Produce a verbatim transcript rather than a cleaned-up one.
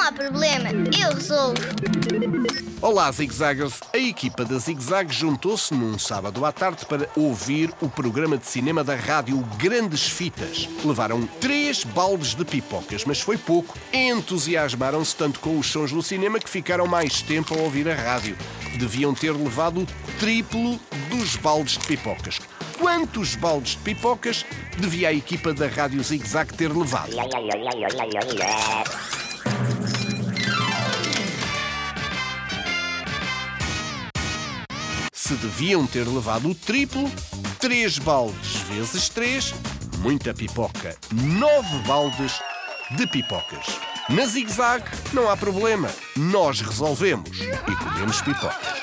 há problema, eu resolvo. Olá, zigzaggers! A equipa da Zig Zag juntou-se num sábado à tarde para ouvir o programa de cinema da rádio Grandes Fitas. Levaram três baldes de pipocas, mas foi pouco. Entusiasmaram-se tanto com os sons do cinema que ficaram mais tempo a ouvir a rádio. Deviam ter levado o triplo dos baldes de pipocas. Quantos baldes de pipocas devia a equipa da rádio Zig Zag ter levado? Se deviam ter levado o triplo, três baldes vezes três, muita pipoca, nove baldes de pipocas. Na Zig Zag não há problema, nós resolvemos e comemos pipocas.